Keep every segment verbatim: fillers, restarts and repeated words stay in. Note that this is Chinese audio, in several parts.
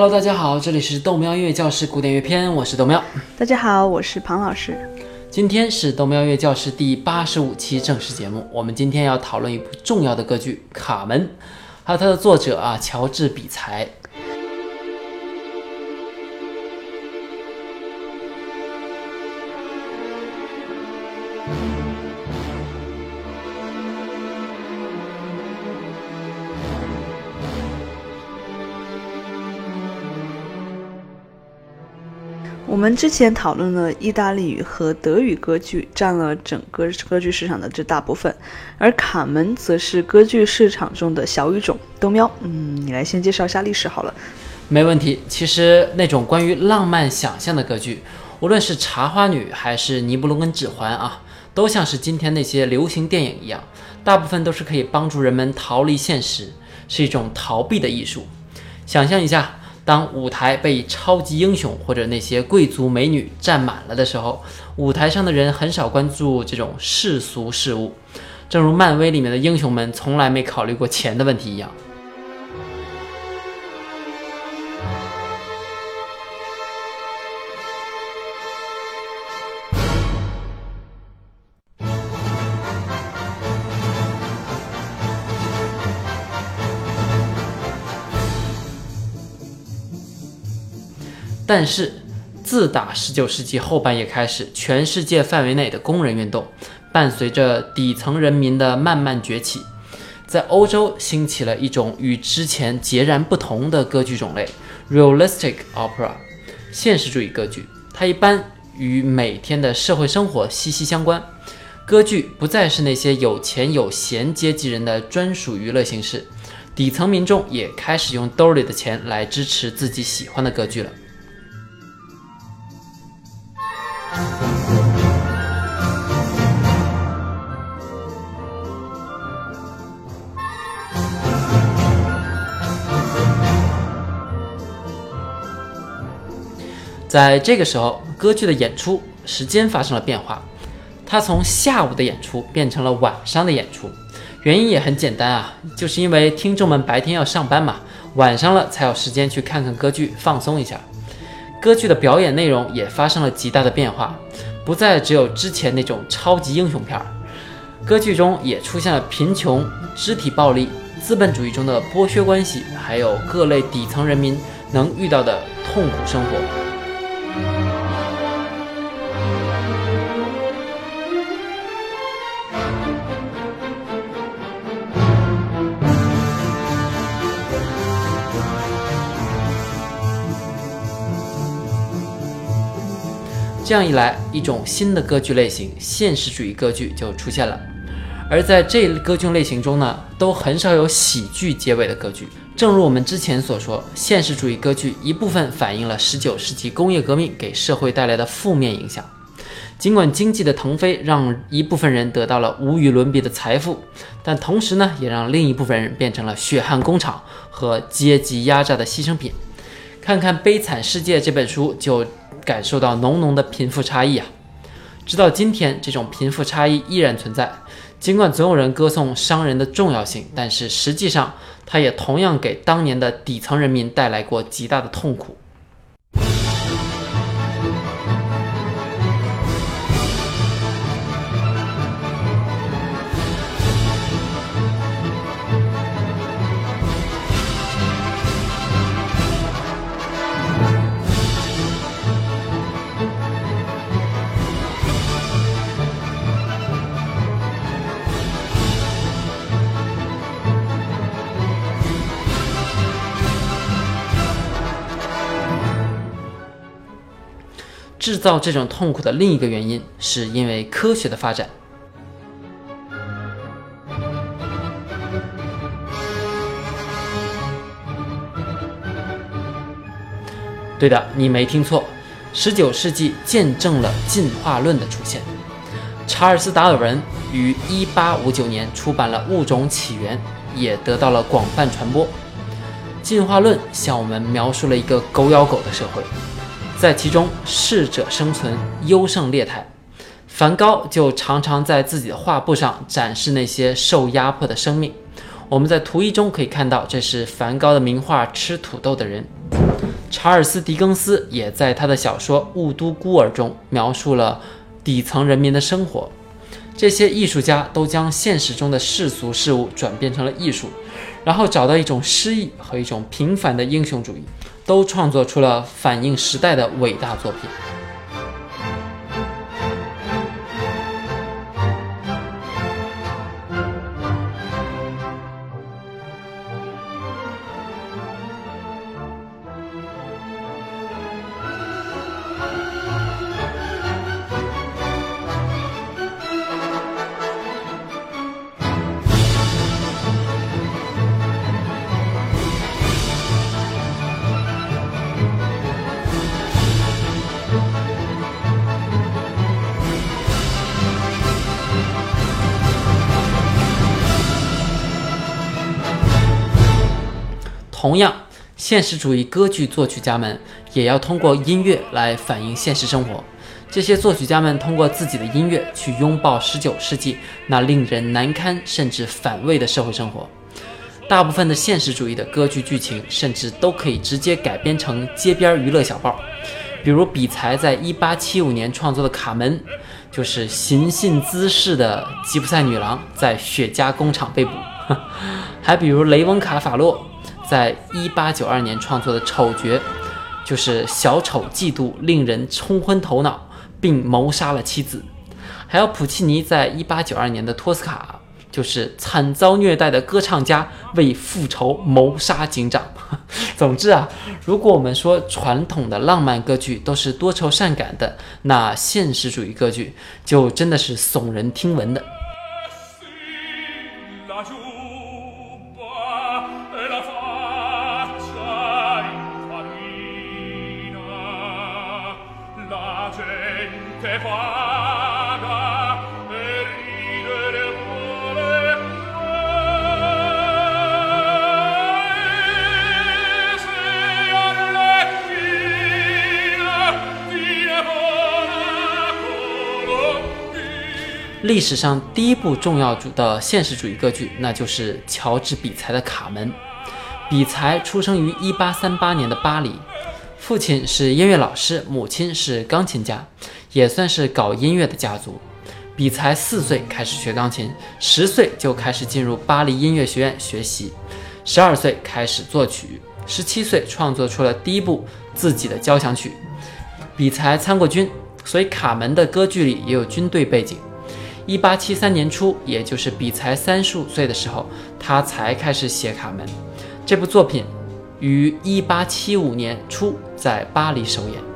Hello， 大家好，这里是豆喵音乐教室古典乐篇，我是豆喵。 大家好，我是庞老师。 今天是豆喵音乐教室第八十五期正式节目，我们今天要讨论一部重要的歌剧《卡门》，还有它的作者啊，乔治比才。 我们之前讨论了意大利语和德语歌剧占了整个歌剧市场的这大部分，而卡门则是歌剧市场中的小语种。豆喵，嗯，你来先介绍一下历史好了。 没问题。其实那种关于浪漫想象的歌剧，无论是茶花女还是尼布龙根指环啊，都像是今天那些流行电影一样，大部分都是可以帮助人们逃离现实，是一种逃避的艺术。想象一下，当舞台被超级英雄或者那些贵族美女占满了的时候，舞台上的人很少关注这种世俗事物，正如漫威里面的英雄们从来没考虑过钱的问题一样。但是自打十九世纪后半叶开始，全世界范围内的工人运动伴随着底层人民的慢慢崛起，在欧洲兴起了一种与之前截然不同的歌剧种类 Realistic Opera 现实主义歌剧。它一般与每天的社会生活息息相关，歌剧不再是那些有钱有闲阶级人的专属娱乐形式，底层民众也开始用兜里的钱来支持自己喜欢的歌剧了。在这个时候，歌剧的演出时间发生了变化，它从下午的演出变成了晚上的演出。原因也很简单啊，就是因为听众们白天要上班嘛，晚上了才有时间去看看歌剧，放松一下。歌剧的表演内容也发生了极大的变化，不再只有之前那种超级英雄片，歌剧中也出现了贫穷、肢体暴力、资本主义中的剥削关系，还有各类底层人民能遇到的痛苦生活。这样一来，一种新的歌剧类型现实主义歌剧就出现了。而在这一歌剧类型中呢，都很少有喜剧结尾的歌剧。正如我们之前所说，现实主义歌剧一部分反映了十九世纪工业革命给社会带来的负面影响。尽管经济的腾飞让一部分人得到了无与伦比的财富，但同时呢，也让另一部分人变成了血汗工厂和阶级压榨的牺牲品。看看《悲惨世界》这本书就感受到浓浓的贫富差异啊！直到今天，这种贫富差异依然存在。尽管总有人歌颂商人的重要性，但是实际上，它也同样给当年的底层人民带来过极大的痛苦。制造这种痛苦的另一个原因，是因为科学的发展。对的，你没听错，十九世纪见证了进化论的出现。查尔斯·达尔文于一八五九年出版了《物种起源》，也得到了广泛传播。进化论向我们描述了一个狗咬狗的社会，在其中适者生存，优胜劣汰。梵高就常常在自己的画布上展示那些受压迫的生命。我们在图一中可以看到，这是梵高的名画《吃土豆的人》。 查尔斯·狄更斯也在他的小说《雾都孤儿》中描述了底层人民的生活。这些艺术家都将现实中的世俗事物转变成了艺术，然后找到一种诗意和一种平凡的英雄主义，都创作出了反映时代的伟大作品。同样，现实主义歌剧作曲家们也要通过音乐来反映现实生活。这些作曲家们通过自己的音乐去拥抱十九世纪那令人难堪甚至反胃的社会生活。大部分的现实主义的歌剧剧情甚至都可以直接改编成街边娱乐小报，比如比才在一八七五年创作的《卡门》，就是行信滋事的吉普赛女郎在雪茄工厂被捕。还比如雷翁卡法洛在一八九二年创作的《丑角》，就是小丑嫉妒令人冲昏头脑，并谋杀了妻子。还有普契尼在一八九二年的《托斯卡》，就是惨遭虐待的歌唱家为复仇谋杀警长。总之啊，如果我们说传统的浪漫歌剧都是多愁善感的，那现实主义歌剧就真的是耸人听闻的。历史上第一部重要的现实主义歌剧，那就是乔治·比才的《卡门》。比才出生于一八三八年的巴黎，父亲是音乐老师，母亲是钢琴家，也算是搞音乐的家族。比才四岁开始学钢琴，十岁就开始进入巴黎音乐学院学习，十二岁开始作曲，十七岁创作出了第一部自己的交响曲。比才参过军，所以《卡门》的歌剧里也有军队背景。一八七三年初，也就是比才三十五岁的时候，他才开始写《卡门》。这部作品于一八七五年初在巴黎首演。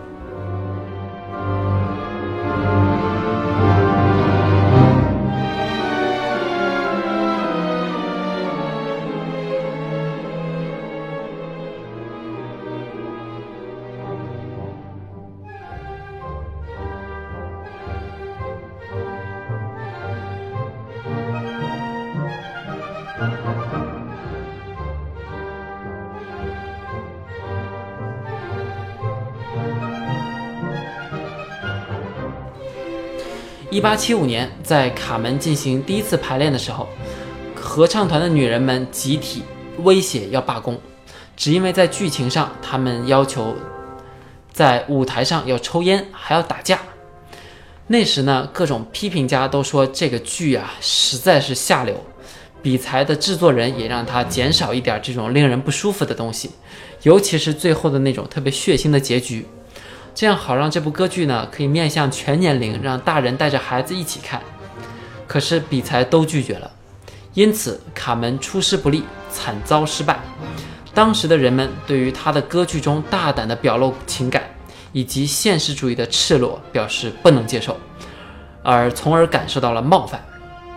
一八七五年，在卡门进行第一次排练的时候，合唱团的女人们集体威胁要罢工，只因为在剧情上，他们要求在舞台上要抽烟，还要打架。那时呢，各种批评家都说这个剧啊实在是下流。比才的制作人也让他减少一点这种令人不舒服的东西，尤其是最后的那种特别血腥的结局，这样好让这部歌剧呢可以面向全年龄，让大人带着孩子一起看。可是比才都拒绝了，因此卡门出师不利，惨遭失败。当时的人们对于他的歌剧中大胆的表露情感以及现实主义的赤裸表示不能接受，而从而感受到了冒犯。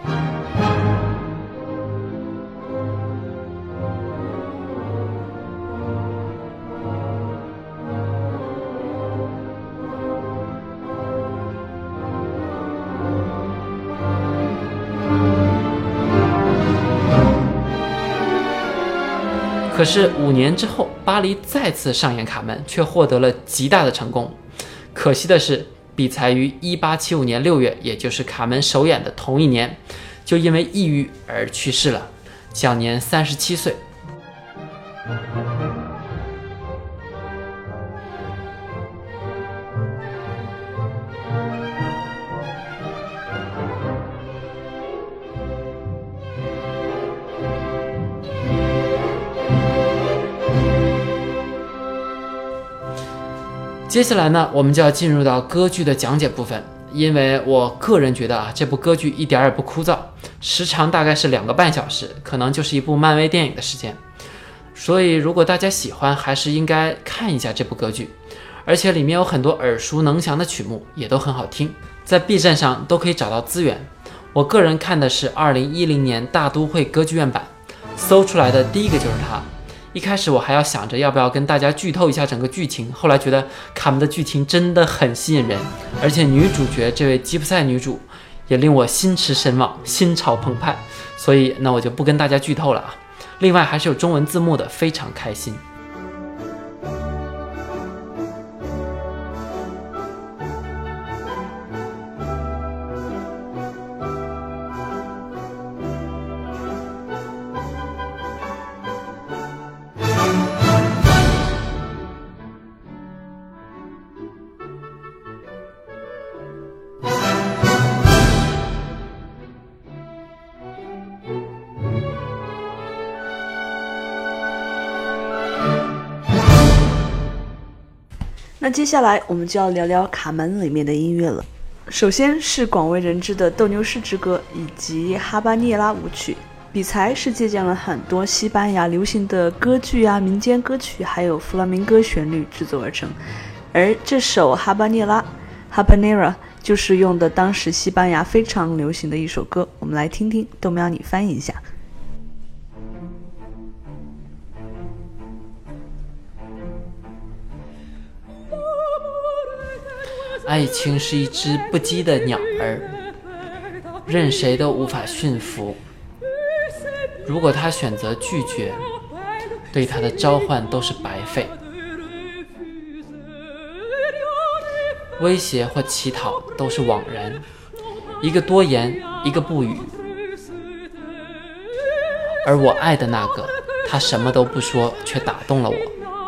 可是五年之后，巴黎再次上演《卡门》，却获得了极大的成功。可惜的是，比才于一八七五年六月，也就是《卡门》首演的同一年，就因为抑郁而去世了，享年三十七岁。 接下来呢，我们就要进入到歌剧的讲解部分。因为我个人觉得啊，这部歌剧一点也不枯燥，时长大概是两个半小时，可能就是一部漫威电影的时间。所以如果大家喜欢，还是应该看一下这部歌剧。而且里面有很多耳熟能详的曲目，也都很好听，在 B 站上都可以找到资源。我个人看的是二零一零年大都会歌剧院版，搜出来的第一个就是它。一开始我还要想着要不要跟大家剧透一下整个剧情，后来觉得卡门的剧情真的很吸引人，而且女主角这位吉普赛女主也令我心驰神往，心潮澎湃，所以那我就不跟大家剧透了啊。另外还是有中文字幕的，非常开心。 那接下来我们就要聊聊卡门里面的音乐了。首先是广为人知的《斗牛士之歌》以及哈巴涅拉舞曲，比才是借鉴了很多西班牙流行的歌剧啊、民间歌曲，还有弗拉明戈旋律制作而成。而这首哈巴涅拉 Habanera 就是用的当时西班牙非常流行的一首歌，我们来听听，豆苗你翻译一下。 爱情是一只不羁的鸟儿，任谁都无法驯服。如果他选择拒绝，对他的召唤都是白费。威胁或乞讨都是枉然，一个多言，一个不语。而我爱的那个，他什么都不说，却打动了我。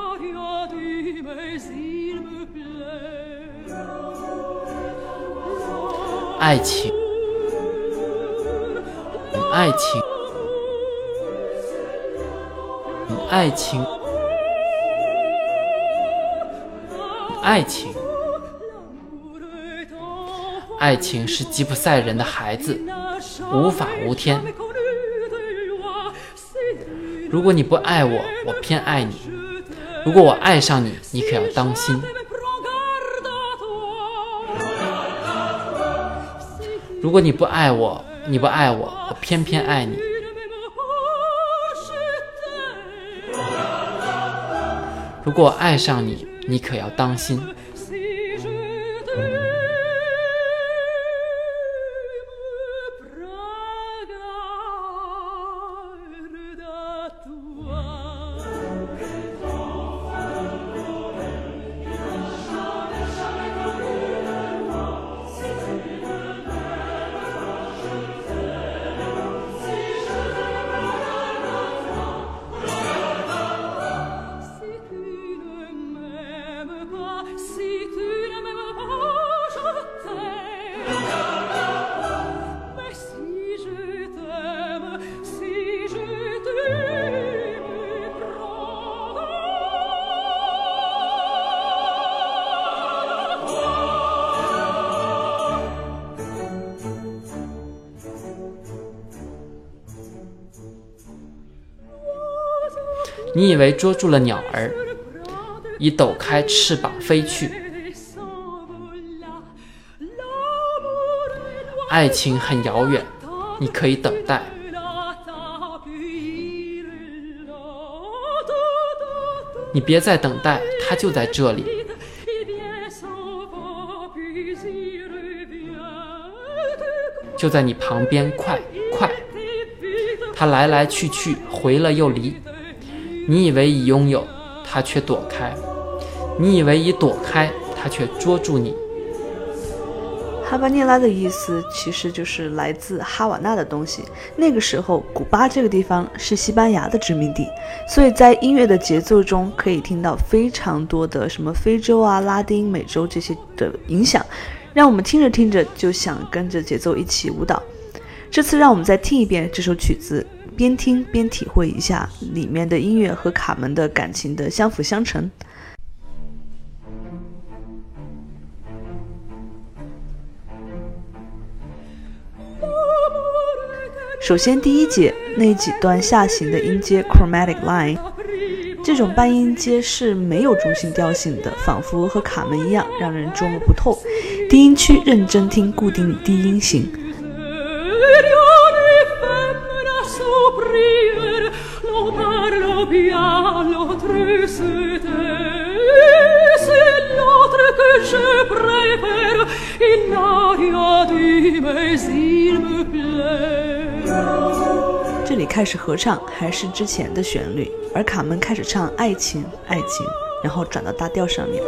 爱情，爱情，爱情，爱情，爱情是吉普赛人的孩子，无法无天。如果你不爱我，我偏爱你；如果我爱上你，你可要当心。如果你不爱我，你不爱我，我偏偏爱你。如果我爱上你，你可要当心。你以为捉住了鸟儿，已抖开翅膀飞去。爱情很遥远，你可以等待。你别再等待，它就在这里。就在你旁边，快快！它来来去去，回了又离。你以为已拥有，他却躲开；你以为已躲开，他却捉住你。 哈巴涅拉的意思其实就是来自哈瓦那的东西。那个时候，古巴这个地方是西班牙的殖民地，所以在音乐的节奏中可以听到非常多的什么非洲啊、拉丁美洲这些的影响，让我们听着听着就想跟着节奏一起舞蹈。这次让我们再听一遍这首曲子，边听边体会一下里面的音乐和卡门的感情的相辅相成。 首先第一节那几段下行的音阶 chromatic line， 这种半音阶是没有中心调性的，仿佛和卡门一样让人捉摸不透。低音区认真听固定与低音型，这里开始合唱还是之前的旋律，而卡门开始唱爱情爱情，然后转到大调上面。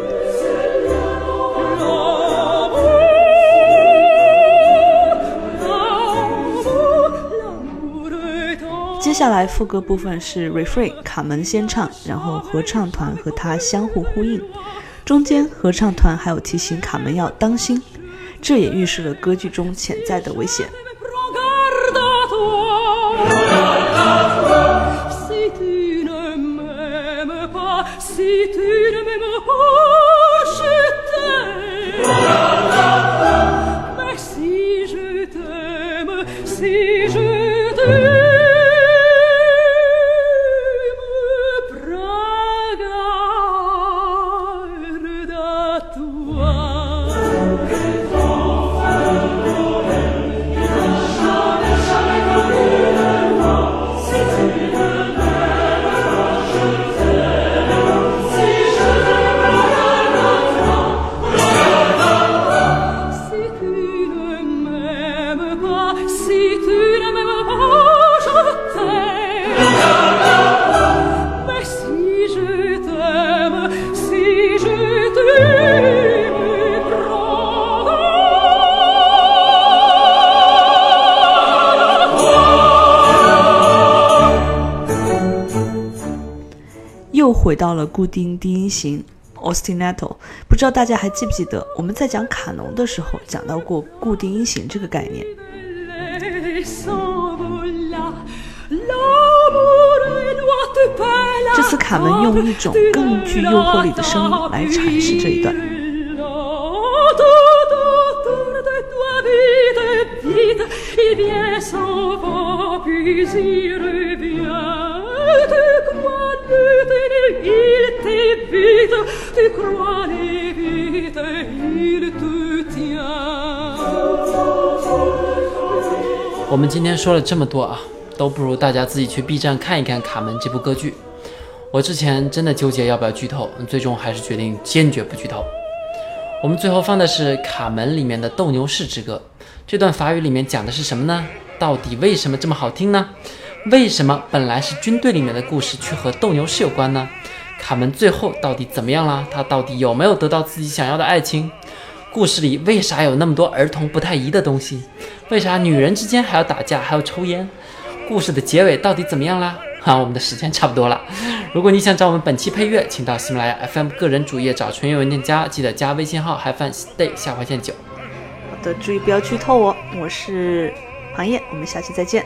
接下来副歌部分是 refrain， 卡门先唱，然后合唱团和他相互呼应，中间合唱团还有提醒卡门要当心，这也预示了歌剧中潜在的危险。又回到了固定低音型 ostinato， 不知道大家还记不记得我们在讲卡农的时候讲到过固定音型这个概念。这次卡门用一种更具诱惑力的声音来阐释这一段。 我们今天说了这么多啊，都不如大家自己去 B 站看一看《卡门》这部歌剧。我之前真的纠结要不要剧透，最终还是决定坚决不剧透。我们最后放的是《卡门》里面的斗牛士之歌，这段法语里面讲的是什么呢？到底为什么这么好听呢？为什么本来是军队里面的故事却和斗牛士有关呢？卡门最后到底怎么样了？他到底有没有得到自己想要的爱情？故事里为啥有那么多儿童不太宜的东西？为啥女人之间还要打架还要抽烟？故事的结尾到底怎么样啦？哈、啊，我们的时间差不多了。如果你想找我们本期配乐，请到喜马拉雅 F M 个人主页找纯音文件夹，记得加微信号 hyphen stay 下划线九。 好的，注意不要剧透哦。我是庞烨，我们下期再见。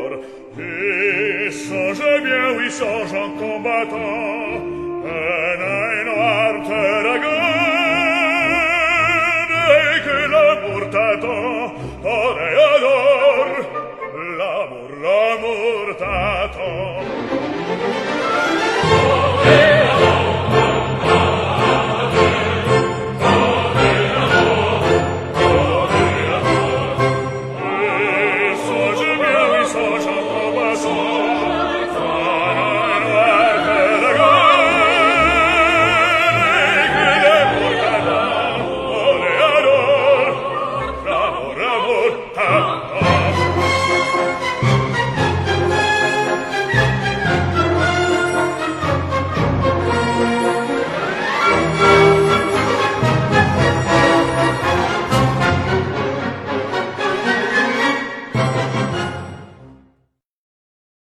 Changeait bien, oui, changeant combattant, un